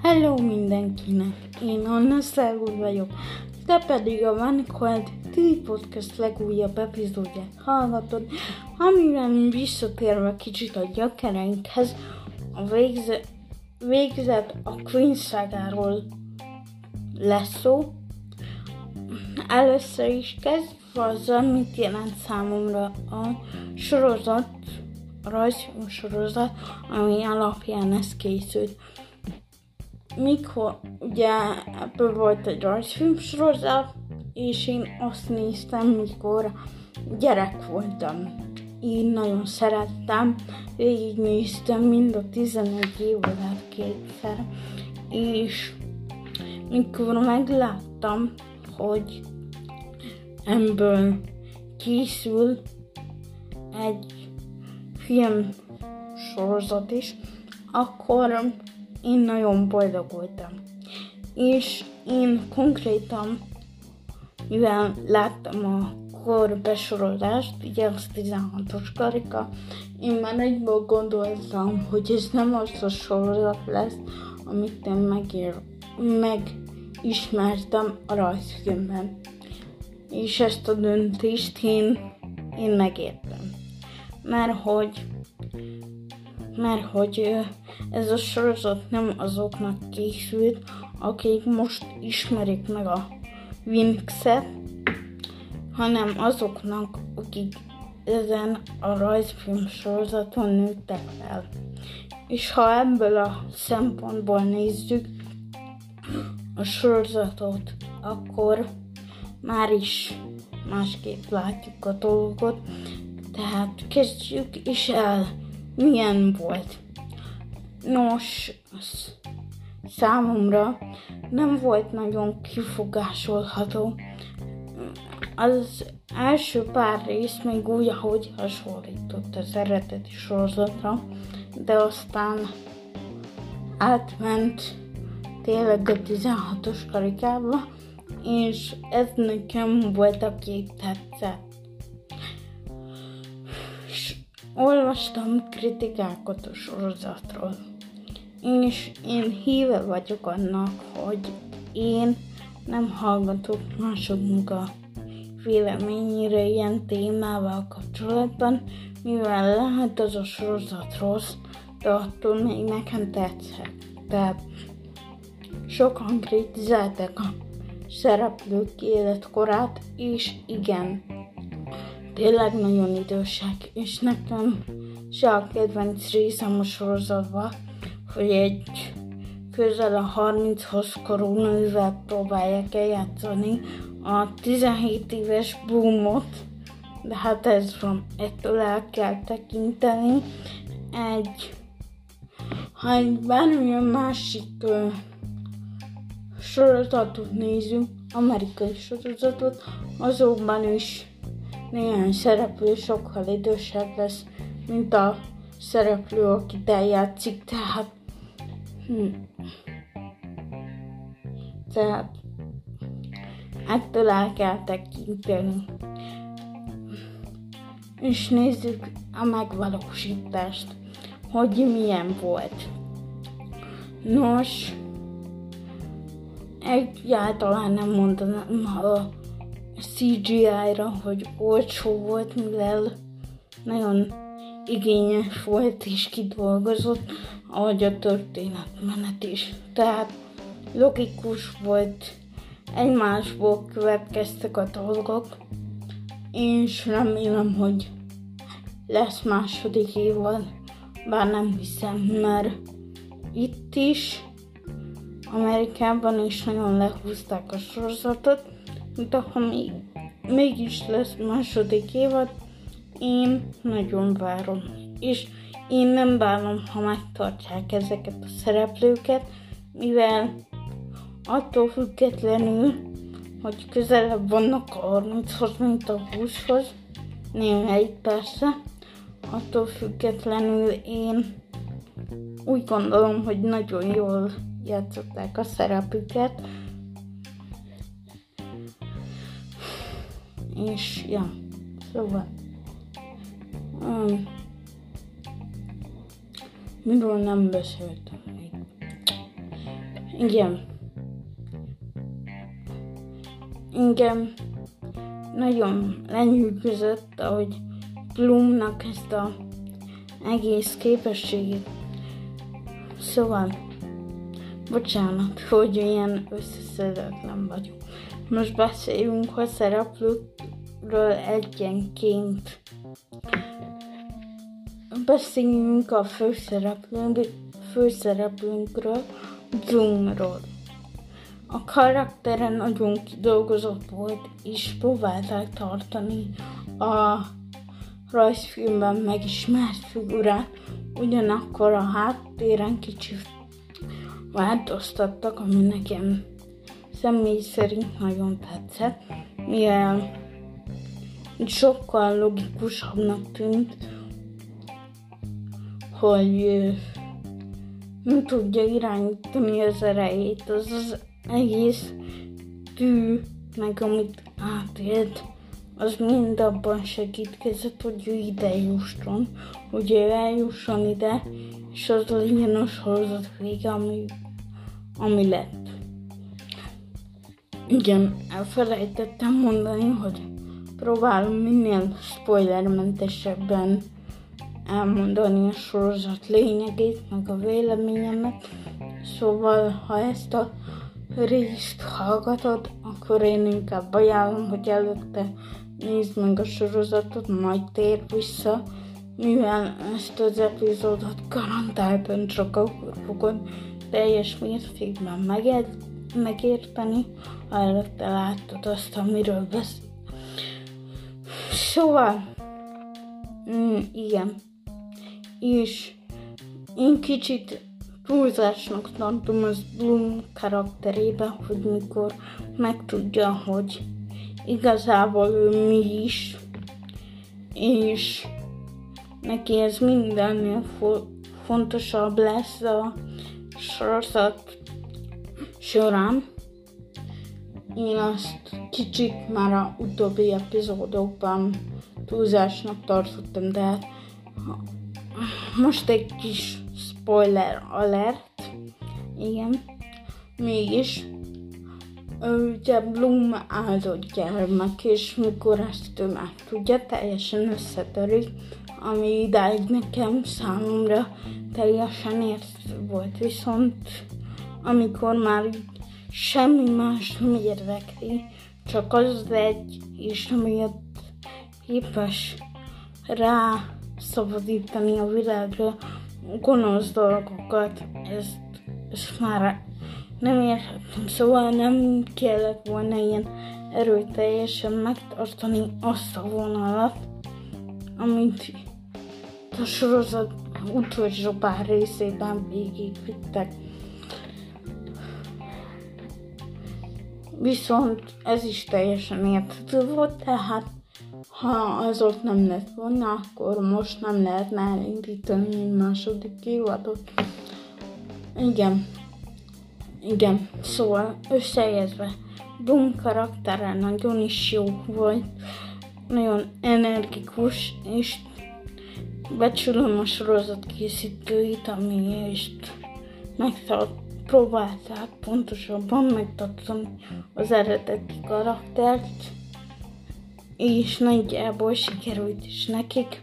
Hello mindenkinek, én Anna Szervul vagyok, te pedig a Vanikhold TV Podcast legújabb epizódját hallgatod, amiben visszatérve kicsit a gyökereinkhez, a végzett a Queen szágáról lesz szó. Először is kezdve azzal, mit jelent számomra a sorozat, a rajzfilmsorozat, ami alapján ez készült. Mikor ugye ebből volt egy rajzfilmsorozat, és én azt néztem, mikor gyerek voltam. Én nagyon szerettem, végignéztem mind a 11 évadát kétszer, és mikor megláttam, hogy ebből készül egy filmsorozat is, akkor én nagyon boldog voltam. És én konkrétan, mivel láttam a korbesorolást, ugye az 16-os karika, én már egyből gondoltam, hogy ez nem az a sorozat lesz, amit én megismertem a rajzfilmben. És ezt a döntést én megértem. Mert hogy ez a sorozat nem azoknak készült, akik most ismerik meg a Winx-et, hanem azoknak, akik ezen a rajzfilm sorozaton nőttek fel. És ha ebből a szempontból nézzük a sorozatot, akkor már is másképp látjuk a dolgot. Tehát kezdjük is el, milyen volt. Nos, számomra nem volt nagyon kifogásolható. Az első pár rész még úgy, ahogy hasonlított az eredeti sorozatra, de aztán átment tényleg a 16-os karikába, és ez nekem volt, aki tetszett. Olvastam kritikákat a sorozatról, és én híve vagyok annak, hogy én nem hallgatok másoknak a véleményére ilyen témával kapcsolatban, mivel lehet az a sorozat rossz, de attól még nekem tetszett. De sokan kritizálták a szereplők életkorát, és igen, tényleg nagyon idősek, és nekem se a kedvenc részem a sorozatban, hogy egy közel a 30-hoz korú nővel próbálják eljátszani a 17 éves boomot, de hát ez van, ettől el kell tekinteni. Ha egy bármilyen másik sorozatot nézünk, amerikai sorozatot, azokban is néhány szereplő sokkal idősebb lesz, mint a szereplő, akit eljátszik, tehát ettől el kell tekinteni. És nézzük a megvalósítást, hogy milyen volt. Nos, egyáltalán nem mondanám a CGI-ra, hogy olcsó volt, mivel nagyon igényes volt és kidolgozott, ahogy a történetmenet is. Tehát logikus volt, egymásból következtek a dolgok, és remélem, hogy lesz második évad, bár nem hiszem, mert itt is, Amerikában is nagyon lehúzták a sorozatot, de ha mégis lesz második évad, én nagyon várom. És én nem bánom, ha megtartják ezeket a szereplőket, mivel attól függetlenül, hogy közelebb vannak a 30-hoz, mint a 20-hoz, némelyik persze, attól függetlenül én úgy gondolom, hogy nagyon jól játszották a szerepüket. És ja, szóval miről nem beszéltem még. Igen. Engem nagyon lenyűgözött, ahogy Bloomnak ezt a egész képességét. Szóval, bocsánat, hogy ilyen összeszedetlen vagyok. Most beszéljünk a szereplőkről egyenként. Beszéljünk a főszereplőnkről, Bloomról. A karaktere nagyon kidolgozott volt, és próbálták tartani a rajzfilmben megismert figurát, ugyanakkor a háttéren kicsit változtattak, ami nekem személy szerint nagyon tetszett, mivel sokkal logikusabbnak tűnt, hogy nem tudja irányítani az erejét, az egész tű, meg amit átélt, az mind abban segítkezett, hogy ő ide jusson, hogy ő eljusson ide, és az legyen a sorozat vége, ami lett. Igen, elfelejtettem mondani, hogy próbálom minél spoilermentesebben elmondani a sorozat lényegét, meg a véleményemet. Szóval, ha ezt a részt hallgatod, akkor én inkább ajánlom, hogy előtte nézd meg a sorozatot, majd tér vissza, mivel ezt az epizódot garantáltan csak akkor fogod teljes mértékben megérteni, ha előtte láttad azt, amiről beszél. Szóval, igen. És én kicsit túlzásnak tartom az Bloom karakterében, hogy mikor megtudja, hogy igazából ő mi is, és neki ez mindennél fontosabb lesz a sorozat során. Én azt kicsit már a utóbbi epizódokban túlzásnak tartottam, de most egy kis spoiler alert, igen, mégis ugye Bloom áldott gyermek, és mikor ezt ő megtudja, teljesen összetörik, ami idáig nekem számomra teljesen érthető volt, viszont amikor már semmi más nem érdekli, csak az egy, és amiatt képes rá szabadítani a világra gonosz dolgokat, ezt már nem érhettem, szóval nem kellett volna ilyen erőteljesen megtartani azt a vonalat, amit a sorozat utolsó pár részében végigvittek. Viszont ez is teljesen érthető volt, tehát ha az ott nem lett volna, akkor most nem lehetne elindítani egy második évadot. Igen, szóval összejegyezve, Bloom karaktere nagyon is jó volt, nagyon energikus, és becsülöm a sorozat készítőit, amiért próbálták pontosabban megtartani az eredeti karaktert, és nagyjából sikerült is nekik.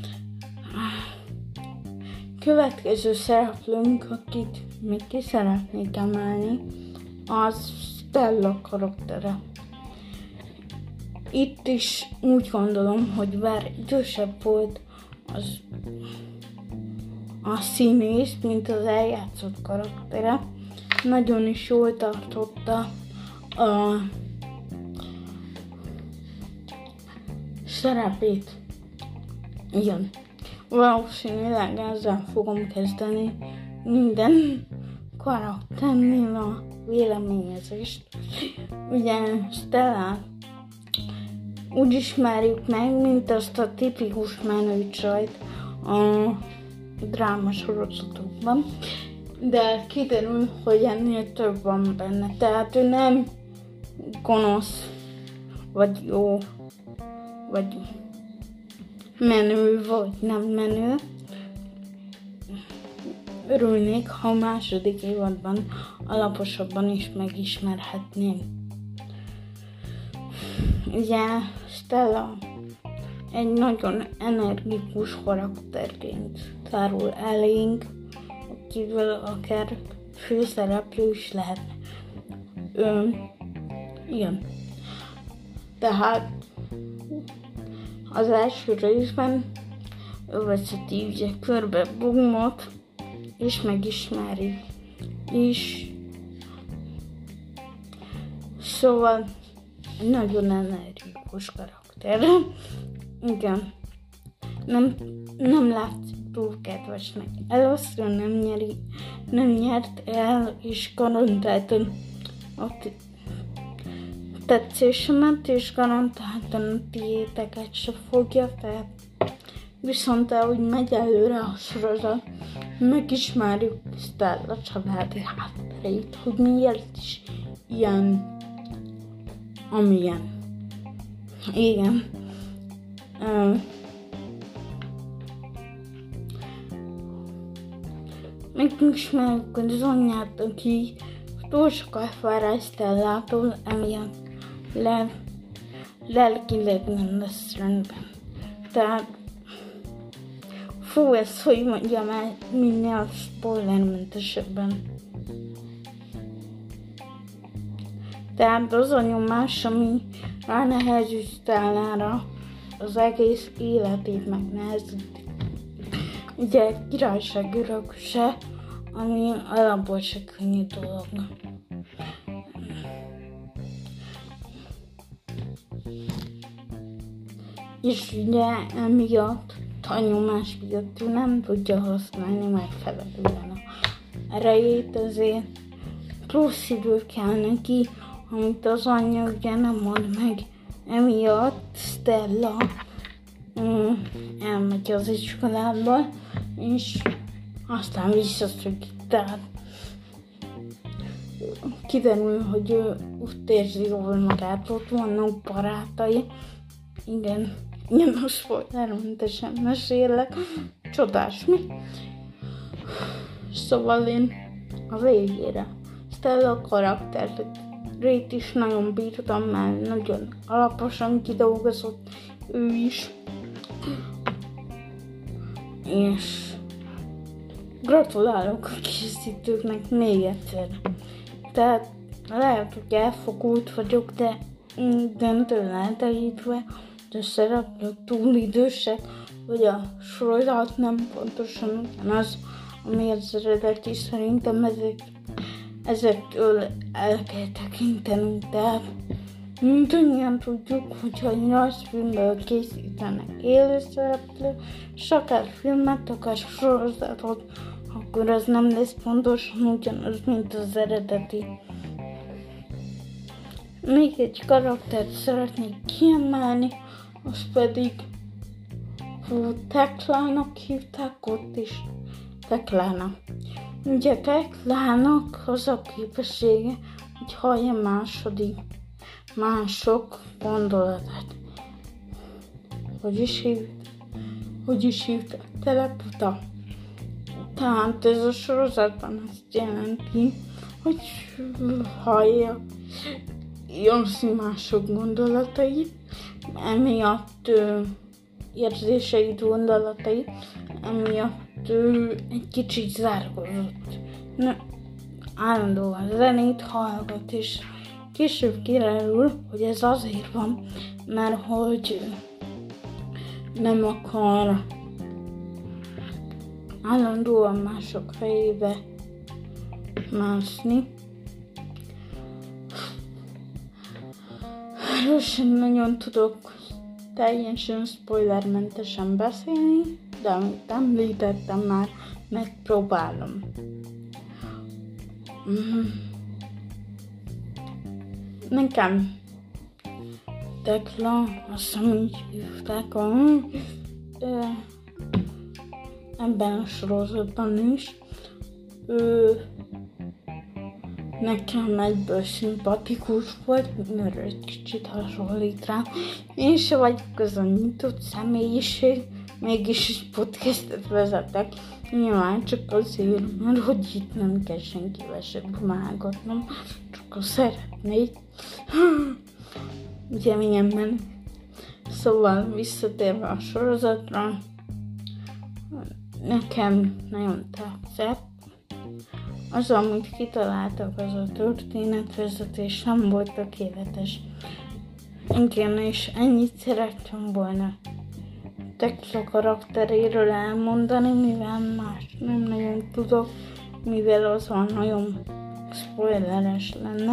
Következő szereplőnk, akit még ki szeretnék emelni, az Stella karaktere. Itt is úgy gondolom, hogy bár idősebb volt a színész, mint az eljátszott karaktere, nagyon is jól tartotta a szerepét. Igen. Valószínűleg ezzel fogom kezdeni minden karakternél a véleményezést. Ugye Stellát úgy ismerjük meg, mint azt a tipikus menőcsajt a drámasorozatokban, de kiderül, hogy ennél több van benne. Tehát ő nem gonosz, vagy jó, vagy menő, vagy nem menő. örülnék, ha a második évadban alaposabban is megismerhetném. Ugye Stella egy nagyon energikus karakterként tárul elénk, akivel akár főszereplő is lehet. Igen. Tehát az első részben ő vezeti ugye körbe Bloomot, és megismeri is. Szóval nagyon energikus karakter. Igen. Nem látszik túl kedvesnek. Először nem nyert el, és garantáltan a tetszésemet, és garantáltan a tiéteket se fogja fel. Viszont ahogy megy előre a sorozat, megismerjük Stella családi hátterét, hogy miért is ilyen, amilyen. Igen. Megismerjük az anyját, aki túl sokat vár el Stellától, emiatt lelkileg nem lesz rendben. Tehát ezt hogy mondjam el minél spoilermentesebben. Tehát az a nyomás, ami ránehezül Stellára, az egész életét megnehezíti. Ugye királyság örököse, ami alapból se könnyű dolog. És ugye emiatt a nyomás miatt nem tudja használni megfelelően a erejét, ezért plusz idő kell neki, amit az anyja ugye nem ad meg. Emiatt Stella elmegy az iskolába, és aztán visszaszökik. Tehát kiderül, hogy ő ott érzi jól magát, ott vannak barátai. Igen, a spoilermentesen mesélek. Csodás mi? Szóval én a végére Stella karakterét is nagyon bírtam, mert nagyon alaposan kidolgozott ő is. És gratulálok a készítőknek még egyszer. Tehát lehet, hogy elfogult vagyok, de döntően elterítve, de szereplők túl idősek, hogy a sorozat nem pontosan ugyanaz, ami az eredeti, szerintem ezektől el kell tekintenünk. Tehát mindannyian tudjuk, hogyha 8 filmből készítenek élőszereplő, és akár filmet, akár sorozatot, akkor az nem lesz pontosan ugyanaz, mint az eredeti. Még egy karaktert szeretnék kiemelni, az pedig Teklának hívták ott is. Teklának. Ugye Teklának az a képessége, hogy hallja mások gondolatát. Hogy is hívták? Telepata. Tehát ez a sorozatban azt jelenti, hogy hallja mások gondolatait, emiatt érzéseit, gondolatait, emiatt egy kicsit zárkózott. Állandóan zenét hallgat, és később kiderül, hogy ez azért van, mert hogy nem akar állandóan mások fejébe mászni. Erről sem nagyon tudok teljesen spoilermentesen beszélni, de amit említettem már, megpróbálom. Nekem Tekla, azt hiszem így hívták ebben a sorozatban is. Nekem egyből szimpatikus volt, mert egy kicsit hasonlít rám. Én se vagyok az a nyitott személyiség, mégis podcastet vezetek. Nyilván csak azért, mert hogy itt nem kell senkivel se dumálgatnom, csak ha szeretnék. Ugye milyen menő. Szóval visszatérve a sorozatra, nekem nagyon tetszett. Az, amit kitaláltak, az a történetvezetés nem volt tökéletes. Igen, és ennyit szerettem volna Tekla karakteréről elmondani, mivel más nem nagyon tudok, mivel az van nagyon spoileres lenne.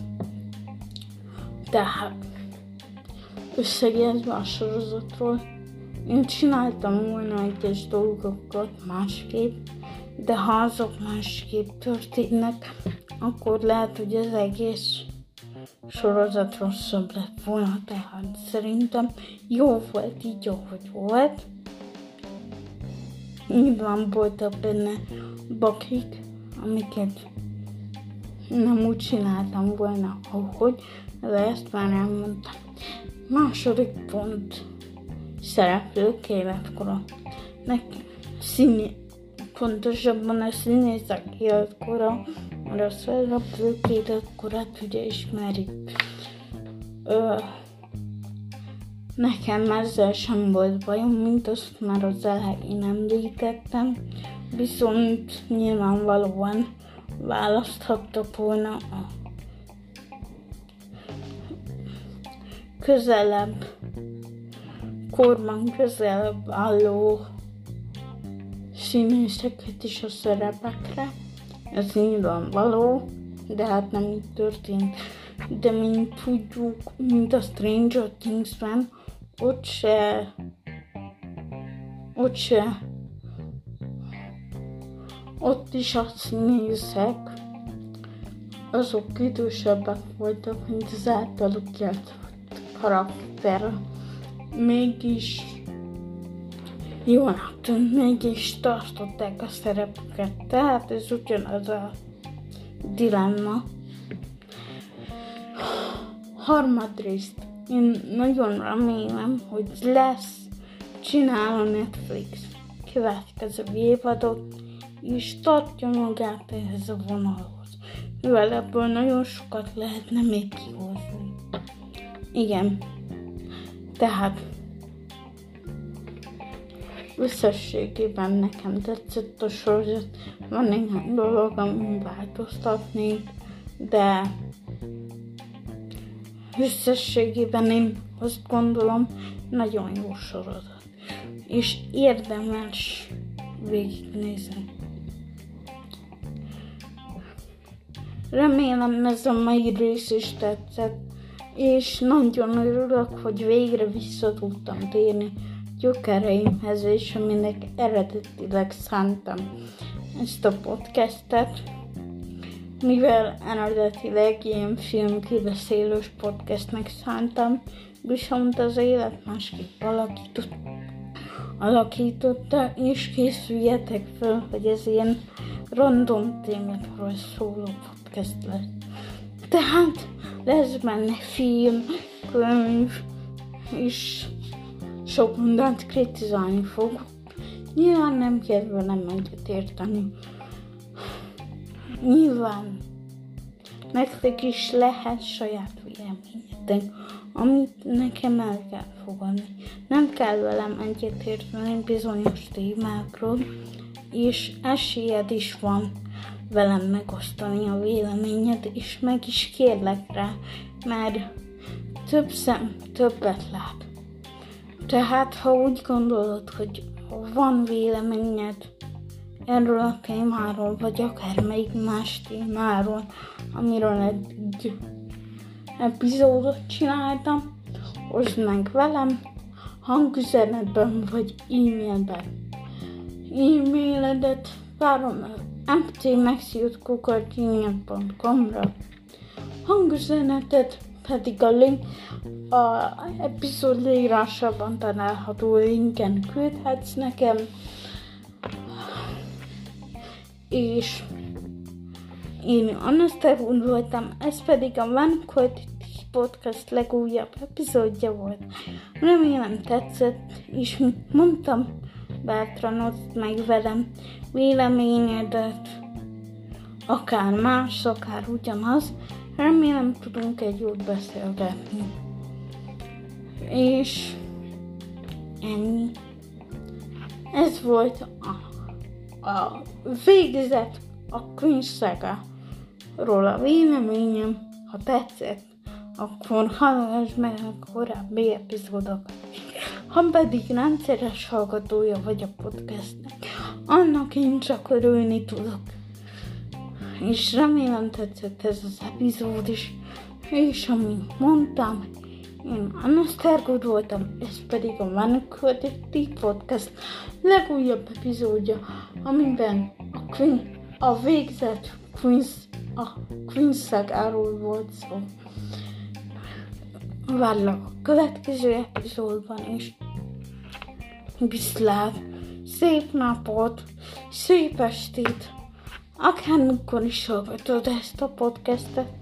Tehát összegezve a sorozatról, én csináltam volna egyes dolgokat másképp, de ha azok másképp történnek, akkor lehet, hogy az egész sorozat rosszabb lett volna, tehát szerintem jó volt így, ahogy volt. Nyilván voltak benne bakik, amiket nem úgy csináltam volna, ahogy, de ezt már elmondtam. Második pont, szereplők életkora. Pontosabban a színészek életkora, mert a szereplők életkorát ugye ismerik. Nekem ezzel sem volt bajom, mint azt már az elején említettem, viszont nyilvánvalóan választhattak volna a korban közelebb álló színészeket is a szerepekre. Ez nyilvánvaló, de hát nem így történt. De mint tudjuk, mint a Stranger Things-ben, ott is a színészek, azok idősebbek voltak, mint az általuk játszott karakter. Mégis jónak tűnt, mégis tartották a szerepüket. Tehát ez ugyanaz a dilemma. Harmadrészt, én nagyon remélem, hogy csinál a Netflix következő évadot, és tartja magát ehhez a vonalhoz, mivel ebből nagyon sokat lehetne még kihozni. Igen, tehát összességében nekem tetszett a sorozat, van néhány dolog, amin változtatnék, de összességében én azt gondolom, nagyon jó sorozat, és érdemes végignézni. Remélem ez a mai rész is tetszett, és nagyon örülök, hogy végre vissza tudtam térni gyökereimhez, és aminek eredetileg szántam ezt a podcastet, mivel eredetileg ilyen filmkibeszélős podcastnek szántam, viszont az élet másképp alakította, és készüljetek fel, hogy ez ilyen random témákról szóló podcast lesz. Tehát lesz benne film, könyv, és sok mindent kritizálni fog. Nyilván nem kell velem egyetérteni. Nyilván nektek is lehet saját véleményetek, amit nekem el kell fogadni. Nem kell velem egyetérteni bizonyos témákról, és esélyed is van velem megosztani a véleményed, és meg is kérlek rá, mert több szem többet lát. Tehát, ha úgy gondolod, hogy van véleményed erről a témáról, vagy akármelyik más témáról, amiről egy epizódot csináltam, oszd meg velem hangüzenetben vagy e-mailben. E-mailedet várom mtmaxiut@gmail.com-ra. Hangüzenetet pedig a link a epizód leírásában található linken küldhetsz nekem, és én Anastasia voltam, ez pedig a Van Quality Podcast legújabb epizódja volt. Remélem tetszett, és mint mondtam, bátran oszd meg velem véleményedet, akár más, akár ugyanaz. Remélem tudunk egy jót beszélgetni. És ennyi. Ez volt a végzet a Queen Saga-ról a véleményem. Ha tetszett, akkor hallgass meg a korábbi epizódokat. Ha pedig rendszeres hallgatója vagy a podcastnek, annak én csak örülni tudok. És remélem tetszett ez az epizód is. És amint mondtam, én Anna Sztergód voltam, ez pedig a Manukölti Podcast legújabb epizódja, amiben a végzett Queen Sagáról volt szó. Várlak a következő epizódban is. Viszlát, szép napot, szép estét, akármikor is hallgatod ezt a podcastet.